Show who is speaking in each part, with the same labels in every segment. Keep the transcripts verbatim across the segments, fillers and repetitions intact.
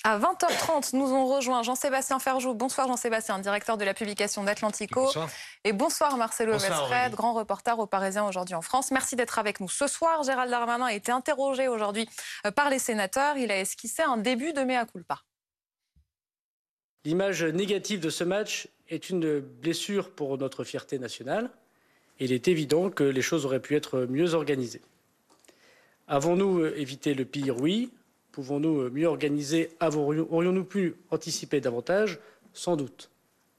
Speaker 1: À vingt heures trente, nous ont rejoint Jean-Sébastien Ferjou. Bonsoir Jean-Sébastien, directeur de la publication d'Atlantico.
Speaker 2: Bonsoir.
Speaker 1: Et bonsoir Marcelo
Speaker 2: Bonsoir,
Speaker 1: Westred, grand reporter au Parisien aujourd'hui en France. Merci d'être avec nous ce soir. Gérald Darmanin a été interrogé aujourd'hui par les sénateurs. Il a esquissé un début de mea culpa.
Speaker 3: L'image négative de ce match est une blessure pour notre fierté nationale. Il est évident que les choses auraient pu être mieux organisées. Avons-nous évité le pire? Oui. Pouvons-nous mieux organiser? Aurions-nous pu anticiper davantage? Sans doute.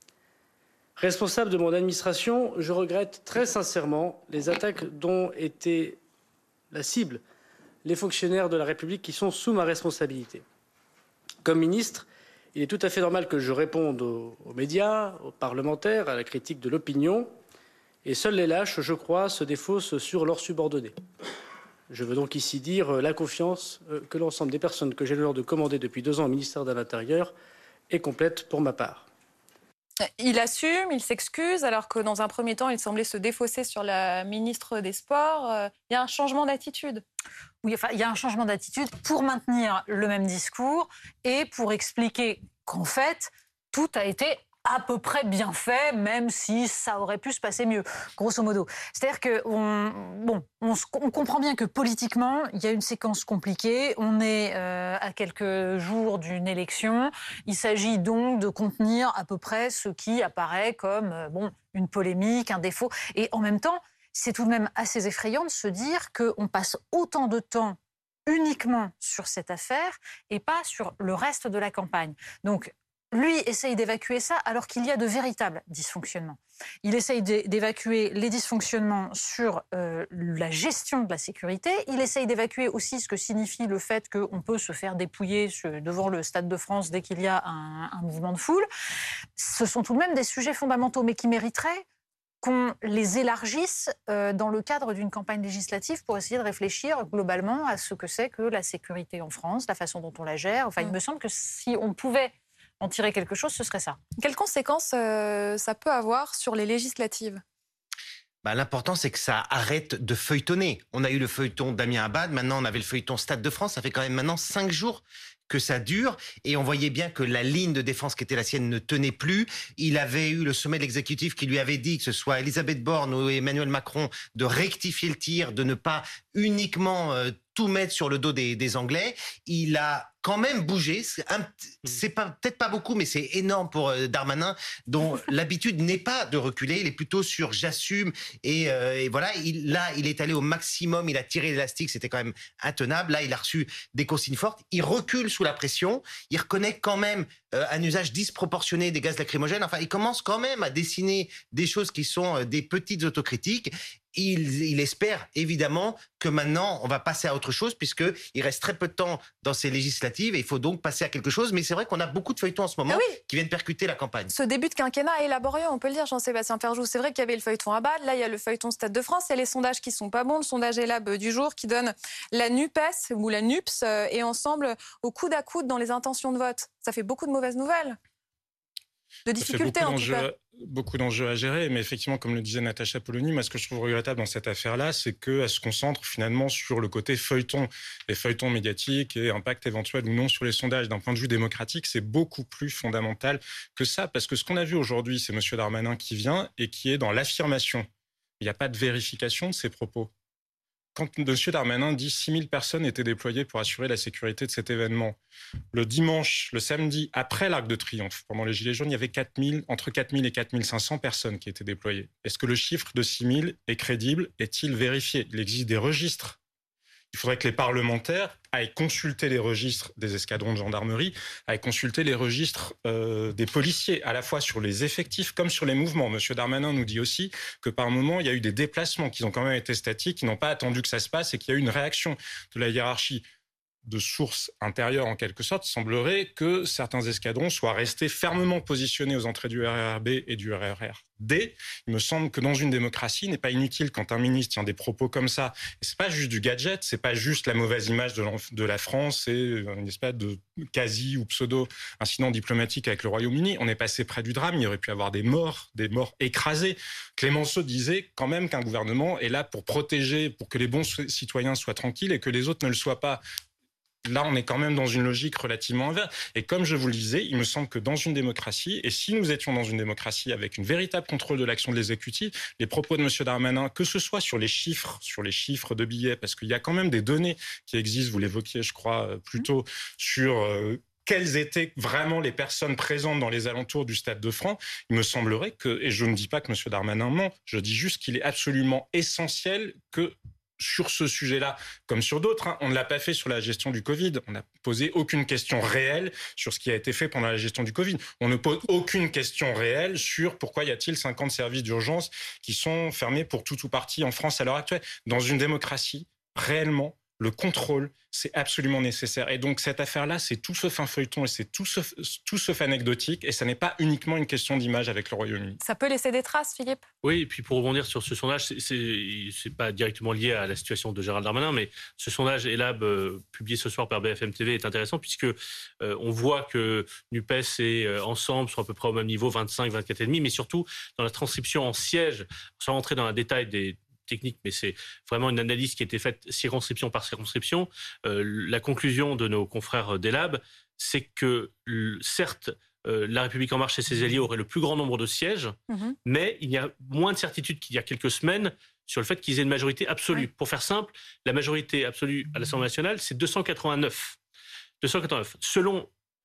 Speaker 3: Responsable de mon administration, je regrette très sincèrement les attaques dont étaient la cible les fonctionnaires de la République qui sont sous ma responsabilité. Comme ministre, il est tout à fait normal que je réponde aux, aux médias, aux parlementaires, à la critique de l'opinion. Et seuls les lâches, je crois, se défaussent sur leurs subordonnés. Je veux donc ici dire la confiance que l'ensemble des personnes que j'ai l'honneur de commander depuis deux ans au ministère de l'Intérieur est complète pour ma part.
Speaker 1: Il assume, il s'excuse, alors que dans un premier temps, il semblait se défausser sur la ministre des Sports. Il y a un changement d'attitude.
Speaker 4: Oui, enfin, il y a un changement d'attitude pour maintenir le même discours et pour expliquer qu'en fait, tout a été à peu près bien fait, même si ça aurait pu se passer mieux, grosso modo. C'est-à-dire qu'on bon, on, on comprend bien que politiquement, il y a une séquence compliquée. On est euh, à quelques jours d'une élection. Il s'agit donc de contenir à peu près ce qui apparaît comme euh, bon, une polémique, un défaut. Et en même temps, c'est tout de même assez effrayant de se dire qu'on passe autant de temps uniquement sur cette affaire et pas sur le reste de la campagne. Donc, lui essaye d'évacuer ça alors qu'il y a de véritables dysfonctionnements. Il essaye d'évacuer les dysfonctionnements sur euh, la gestion de la sécurité. Il essaye d'évacuer aussi ce que signifie le fait qu'on peut se faire dépouiller devant le Stade de France dès qu'il y a un, un mouvement de foule. Ce sont tout de même des sujets fondamentaux, mais qui mériteraient qu'on les élargisse euh, dans le cadre d'une campagne législative pour essayer de réfléchir globalement à ce que c'est que la sécurité en France, la façon dont on la gère. Enfin, mmh. il me semble que si on pouvait en tirer quelque chose, ce serait ça.
Speaker 1: Quelles conséquences euh, ça peut avoir sur les législatives ?
Speaker 2: Bah, l'important, c'est que ça arrête de feuilletonner. On a eu le feuilleton Damien Abad, maintenant on avait le feuilleton Stade de France, ça fait quand même maintenant cinq jours que ça dure, et on voyait bien que la ligne de défense qui était la sienne ne tenait plus. Il avait eu le sommet de l'exécutif qui lui avait dit, que ce soit Elisabeth Borne ou Emmanuel Macron, de rectifier le tir, de ne pas uniquement euh, tout mettre sur le dos des, des Anglais. Il a quand même bougé. C'est, un, c'est pas, peut-être pas beaucoup, mais c'est énorme pour euh, Darmanin, dont l'habitude n'est pas de reculer. Il est plutôt sur j'assume. Et, euh, et voilà, il, là, il est allé au maximum. Il a tiré l'élastique. C'était quand même intenable. Là, il a reçu des consignes fortes. Il recule sous la pression. Il reconnaît quand même euh, un usage disproportionné des gaz lacrymogènes. Enfin, il commence quand même à dessiner des choses qui sont euh, des petites autocritiques. Il, il espère évidemment que maintenant on va passer à autre chose, puisqu'il reste très peu de temps dans ces législatives et il faut donc passer à quelque chose. Mais c'est vrai qu'on a beaucoup de feuilletons en ce moment ah oui. qui viennent percuter la campagne.
Speaker 1: Ce début de quinquennat est laborieux, on peut le dire, Jean-Sébastien Ferjou. C'est vrai qu'il y avait le feuilleton Abad, là il y a le feuilleton Stade de France, il y a les sondages qui sont pas bons, le sondage Elab du jour qui donne la NUPES ou la NUPS et ensemble au coude à coude dans les intentions de vote. Ça fait beaucoup de mauvaises nouvelles. De difficultés en tout cas.
Speaker 5: Beaucoup d'enjeux à gérer, mais effectivement, comme le disait Natacha Polony, moi, ce que je trouve regrettable dans cette affaire-là, c'est qu'elle se concentre finalement sur le côté feuilleton, les feuilletons médiatiques et impact éventuel ou non sur les sondages. D'un point de vue démocratique, c'est beaucoup plus fondamental que ça, parce que ce qu'on a vu aujourd'hui, c'est M. Darmanin qui vient et qui est dans l'affirmation. Il n'y a pas de vérification de ses propos. Quand M. Darmanin dit six mille personnes étaient déployées pour assurer la sécurité de cet événement, le dimanche, le samedi, après l'Arc de Triomphe, pendant les Gilets jaunes, il y avait quatre mille, entre quatre mille et quatre mille cinq cents personnes qui étaient déployées. Est-ce que le chiffre de six mille est crédible? Est-il vérifié? Il existe des registres. Il faudrait que les parlementaires aillent consulter les registres des escadrons de gendarmerie, aillent consulter les registres euh, des policiers, à la fois sur les effectifs comme sur les mouvements. Monsieur Darmanin nous dit aussi que par moment, il y a eu des déplacements qui ont quand même été statiques, qui n'ont pas attendu que ça se passe et qu'il y a eu une réaction de la hiérarchie. De sources intérieures en quelque sorte, semblerait que certains escadrons soient restés fermement positionnés aux entrées du R E R B et du R E R D. Il me semble que dans une démocratie, il n'est pas inutile quand un ministre tient des propos comme ça. Et c'est pas juste du gadget, c'est pas juste la mauvaise image de, de la France et une espèce de quasi ou pseudo incident diplomatique avec le Royaume-Uni. On est passé près du drame, il y aurait pu avoir des morts, des morts écrasés. Clémenceau disait quand même qu'un gouvernement est là pour protéger, pour que les bons citoyens soient tranquilles et que les autres ne le soient pas. là, on est quand même dans une logique relativement inverse. Et comme je vous le disais, il me semble que dans une démocratie, et si nous étions dans une démocratie avec une véritable contrôle de l'action de l'exécutif, les propos de M. Darmanin, que ce soit sur les chiffres, sur les chiffres de billets, parce qu'il y a quand même des données qui existent, vous l'évoquiez, je crois, plus tôt, sur... Euh, quelles étaient vraiment les personnes présentes dans les alentours du Stade de France, il me semblerait que, et je ne dis pas que M. Darmanin ment, je dis juste qu'il est absolument essentiel que sur ce sujet-là, comme sur d'autres, hein, on ne l'a pas fait sur la gestion du Covid. On n'a posé aucune question réelle sur ce qui a été fait pendant la gestion du Covid. On ne pose aucune question réelle sur pourquoi y a-t-il cinquante services d'urgence qui sont fermés pour tout ou partie en France à l'heure actuelle. Dans une démocratie, réellement, le contrôle, c'est absolument nécessaire. Et donc, cette affaire-là, c'est tout sauf un feuilleton et c'est tout sauf, tout sauf anecdotique. Et ça n'est pas uniquement une question d'image avec le Royaume-Uni.
Speaker 1: Ça peut laisser des traces, Philippe ?
Speaker 6: Oui, et puis pour rebondir sur ce sondage, c'est, c'est, c'est pas directement lié à la situation de Gérald Darmanin, mais ce sondage Elab, euh, publié ce soir par B F M T V, est intéressant puisque euh, on voit que NUPES et euh, Ensemble sont à peu près au même niveau, vingt-cinq, vingt-quatre virgule cinq, mais surtout dans la transcription en siège, sans rentrer dans le détail des technique, mais c'est vraiment une analyse qui a été faite circonscription par circonscription. Euh, la conclusion de nos confrères d'Elab, c'est que certes, euh, La République En Marche et ses alliés auraient le plus grand nombre de sièges, mmh. mais il y a moins de certitude qu'il y a quelques semaines sur le fait qu'ils aient une majorité absolue. Oui. Pour faire simple, la majorité absolue à l'Assemblée nationale, c'est deux cent quatre-vingt-neuf. deux cent quatre-vingt-neuf. Selon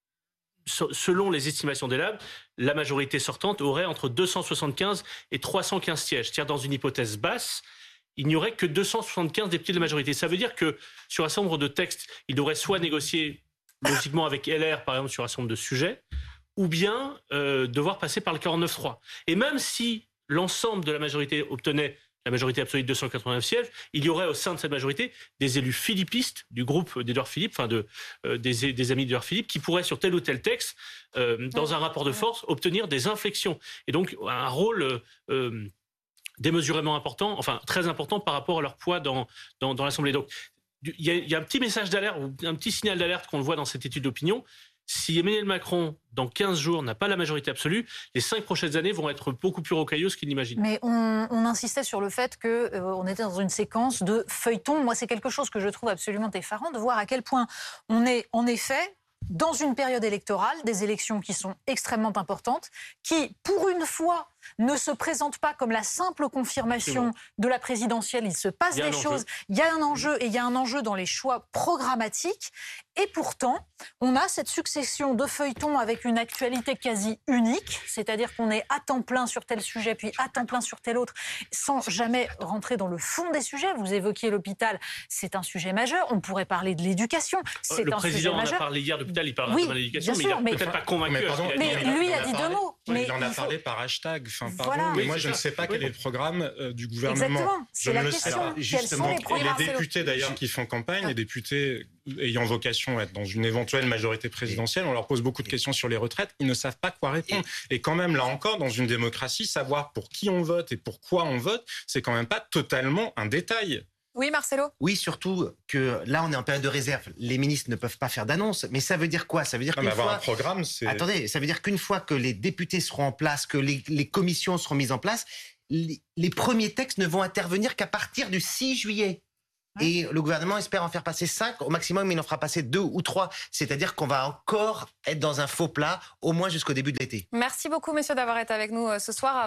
Speaker 6: Selon les estimations d'Elab, la majorité sortante aurait entre deux cent soixante-quinze et trois cent quinze sièges. C'est-à-dire, dans une hypothèse basse, il n'y aurait que deux cent soixante-quinze députés de la majorité. Ça veut dire que sur un certain nombre de textes, il devrait soit négocier logiquement avec L R, par exemple, sur un certain nombre de sujets, ou bien euh, devoir passer par le quarante-neuf trois. Et même si l'ensemble de la majorité obtenait la majorité absolue de deux cent quatre-vingt-neuf sièges, il y aurait au sein de cette majorité des élus philippistes du groupe d'Édouard Philippe, enfin de, euh, des, des amis d'Édouard Philippe, qui pourraient sur tel ou tel texte, euh, dans un rapport de force, obtenir des inflexions. Et donc un rôle euh, démesurément important, enfin très important par rapport à leur poids dans, dans, dans l'Assemblée. Donc il y, a, il y a un petit message d'alerte, un petit signal d'alerte qu'on le voit dans cette étude d'opinion. Si Emmanuel Macron, dans quinze jours, n'a pas la majorité absolue, les cinq prochaines années vont être beaucoup plus rocailleuses qu'il n'imagine.
Speaker 4: Mais on, on insistait sur le fait qu'on euh, était dans une séquence de feuilleton. Moi, c'est quelque chose que je trouve absolument effarant, de voir à quel point on est, en effet, dans une période électorale, des élections qui sont extrêmement importantes, qui, pour une fois, ne se présentent pas comme la simple confirmation de la présidentielle. Il se passe des choses, il y a un enjeu et il y a un enjeu dans les choix programmatiques. Et pourtant, on a cette succession de feuilletons avec une actualité quasi unique, c'est-à-dire qu'on est à temps plein sur tel sujet, puis à temps plein sur tel autre, sans jamais rentrer dans le fond des sujets. Vous évoquiez l'hôpital, c'est un sujet majeur. On pourrait parler de l'éducation, c'est
Speaker 6: le
Speaker 4: un sujet majeur.
Speaker 6: Le président en a parlé hier d'hôpital, il parle
Speaker 4: oui,
Speaker 6: de l'éducation, mais
Speaker 4: sûr,
Speaker 6: il n'a peut-être pas convaincu.
Speaker 5: Mais, pardon,
Speaker 4: mais
Speaker 5: il,
Speaker 4: lui
Speaker 5: il
Speaker 4: a dit
Speaker 5: parlé,
Speaker 4: deux mots.
Speaker 5: Oui,
Speaker 4: mais
Speaker 5: il en a
Speaker 4: il faut...
Speaker 5: parlé par hashtag. Enfin, pardon,
Speaker 4: voilà.
Speaker 5: mais
Speaker 6: oui,
Speaker 5: moi, je
Speaker 6: ça.
Speaker 5: ne sais pas quel est le programme euh, du gouvernement.
Speaker 4: Exactement,
Speaker 5: je
Speaker 4: c'est
Speaker 5: ne
Speaker 4: la
Speaker 5: le
Speaker 4: question.
Speaker 5: sais pas.
Speaker 2: Justement,
Speaker 4: les,
Speaker 5: et les députés, d'ailleurs, qui font campagne, les députés ayant vocation à être dans une éventuelle majorité présidentielle, on leur pose beaucoup de questions sur les retraites, ils ne savent pas quoi répondre. Et quand même, là encore, dans une démocratie, savoir pour qui on vote et pourquoi on vote, c'est quand même pas totalement un détail.
Speaker 1: Oui, Marcelo ?
Speaker 2: Oui, surtout que là, on est en période de réserve. Les ministres ne peuvent pas faire d'annonce. Mais ça veut dire quoi ? Ça veut dire
Speaker 5: Non,
Speaker 2: qu'une
Speaker 5: mais avoir
Speaker 2: fois...
Speaker 5: un programme, c'est...
Speaker 2: Attendez, ça veut dire qu'une fois que les députés seront en place, que les, les commissions seront mises en place, les, les premiers textes ne vont intervenir qu'à partir du six juillet. Et le gouvernement espère en faire passer cinq au maximum, mais il en fera passer deux ou trois. C'est-à-dire qu'on va encore être dans un faux plat, au moins jusqu'au début de l'été.
Speaker 1: Merci beaucoup, messieurs, d'avoir été avec nous ce soir.